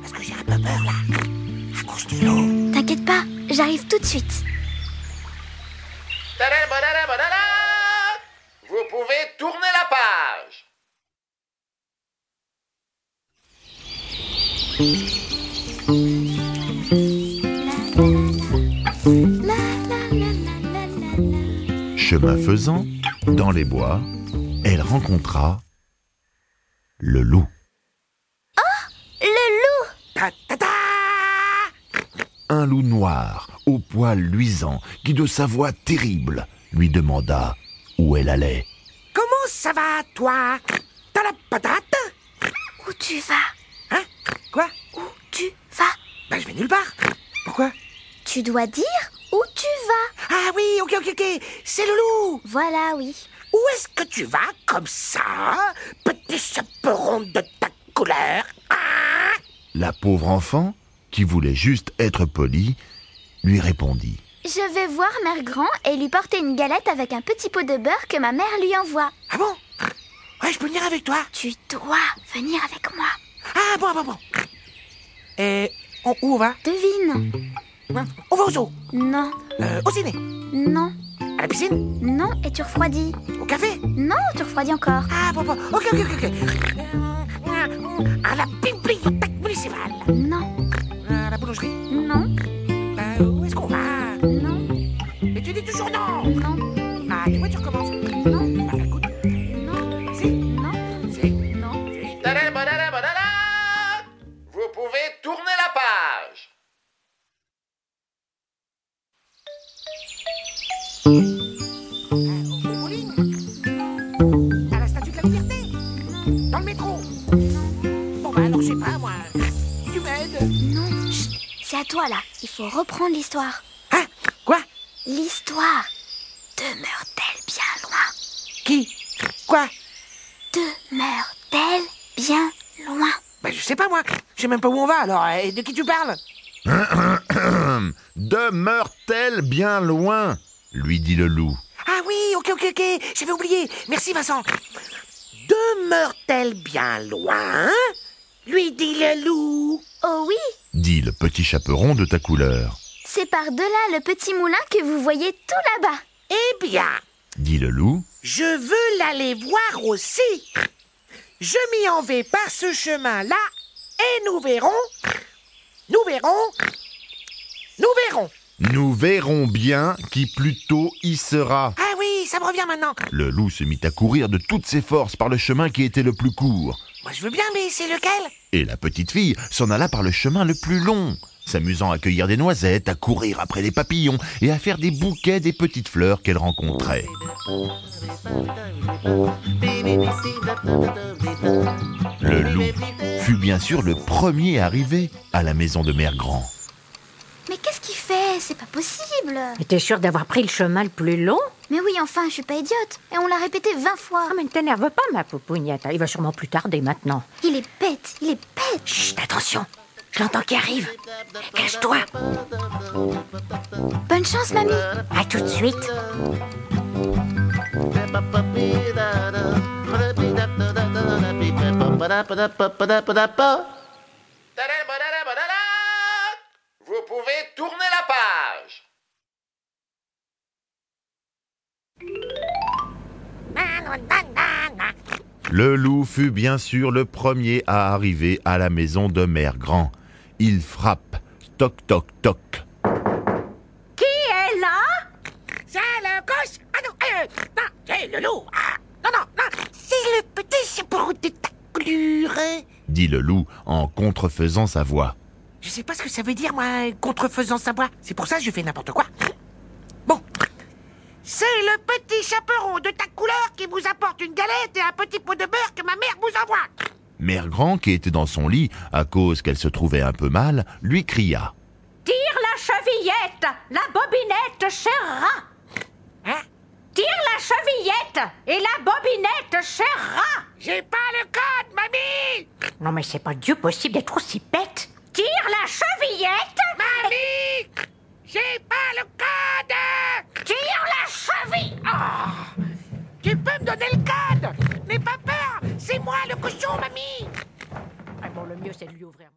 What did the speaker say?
parce que j'ai un peu peur, là, à cause de l'eau. T'inquiète pas, j'arrive tout de suite. Vous pouvez tourner la page. Chemin faisant, dans les bois, elle rencontra le loup. Le loup! Ta ta ta! Un loup noir, au poil luisant, qui de sa voix terrible lui demanda où elle allait. Comment ça va, toi? T'as la patate? Où tu vas? Hein? Quoi? Où tu vas? Ben, je vais nulle part. Pourquoi? Tu dois dire où tu vas. Ah oui, ok, c'est le loup. Voilà, oui. Où est-ce que tu vas comme ça, petit chaperon de ta couleur? Ah! La pauvre enfant, qui voulait juste être polie, lui répondit. Je vais voir Mère Grand et lui porter une galette avec un petit pot de beurre que ma mère lui envoie. Ah bon? Ouais, je peux venir avec toi? Tu dois venir avec moi. Ah bon. Et où on va? Devine. On va au zoo? Non, Au ciné? non, À la piscine? non, et tu refroidis. Au café? Non, tu refroidis encore. Ah bon, ok. À la bibliothèque municipale? Non, À la boulangerie? non, Où est-ce qu'on va? non, Mais tu dis toujours non! non, Ah, dis-moi, tu recommences. non, Bah écoute, non, si, non, si. non. Vous pouvez tourner la page. Au bowling? À la Statue de la Liberté? Dans le métro? Bon bah alors je sais pas moi. Tu m'aides? Non, chut, c'est à toi là. Il faut reprendre l'histoire. Hein? Quoi? L'histoire demeure-t-elle bien loin? Qui? Quoi? Demeure-t-elle bien loin? Bah je sais pas moi. Je sais même pas où on va alors. Et de qui tu parles? Demeure-t-elle bien loin? Lui dit le loup. Ah oui, ok. J'avais oublié. Merci Vincent. Demeure-t-elle bien loin? Lui dit le loup. Oh oui, Dit le petit chaperon de ta couleur. c'est par-delà le petit moulin que vous voyez tout là-bas. Eh bien, Dit le loup. je veux l'aller voir aussi. Je m'y en vais par ce chemin-là et nous verrons. Nous verrons bien qui plus tôt y sera. Ah oui, ça me revient maintenant. Le loup se mit à courir de toutes ses forces par le chemin qui était le plus court. Moi je veux bien, mais c'est lequel? Et la petite fille s'en alla par le chemin le plus long, s'amusant à cueillir des noisettes, à courir après les papillons et à faire des bouquets des petites fleurs qu'elle rencontrait. Le loup fut bien sûr le premier arrivé à la maison de Mère Grand. Mais qu'est-ce qu'il fait? C'est pas possible. Mais t'es sûre d'avoir pris le chemin le plus long? Mais oui, enfin, je suis pas idiote. Et on l'a répété 20 fois. Ah, mais ne t'énerve pas, ma poupougnette. Il va sûrement plus tarder maintenant. Il est bête, il est bête. Chut, attention. Je l'entends qui arrive. Cache-toi. Bonne chance, mamie. À tout de suite. Vous pouvez tourner la page. Le loup fut bien sûr le premier à arriver à la maison de Mère Grand. Il frappe. Toc, toc, toc. Qui est là? C'est le gosse. Ah non, c'est le loup. Ah, non, c'est le petit chaperon de ta couleur. Dit le loup en contrefaisant sa voix. Je sais pas ce que ça veut dire, moi, contrefaisant sa voix. C'est pour ça que je fais n'importe quoi. Bon. C'est le petit chaperon de ta couleur qui vous apporte une galette et un petit pot de beurre que ma mère vous envoie. Mère Grand, qui était dans son lit, à cause qu'elle se trouvait un peu mal, lui cria. Tire la chevillette. La bobinette serra. Hein? Tire la chevillette et la bobinette serra. J'ai pas le code, mamie. Non, mais c'est pas Dieu possible d'être aussi bête. Tire la chevillette. Mamie, j'ai pas le code. Tire la cheville. Oh, tu peux me donner le code. N'aie pas peur, c'est moi le cochon, mamie. Ah bon, le mieux, c'est de lui ouvrir.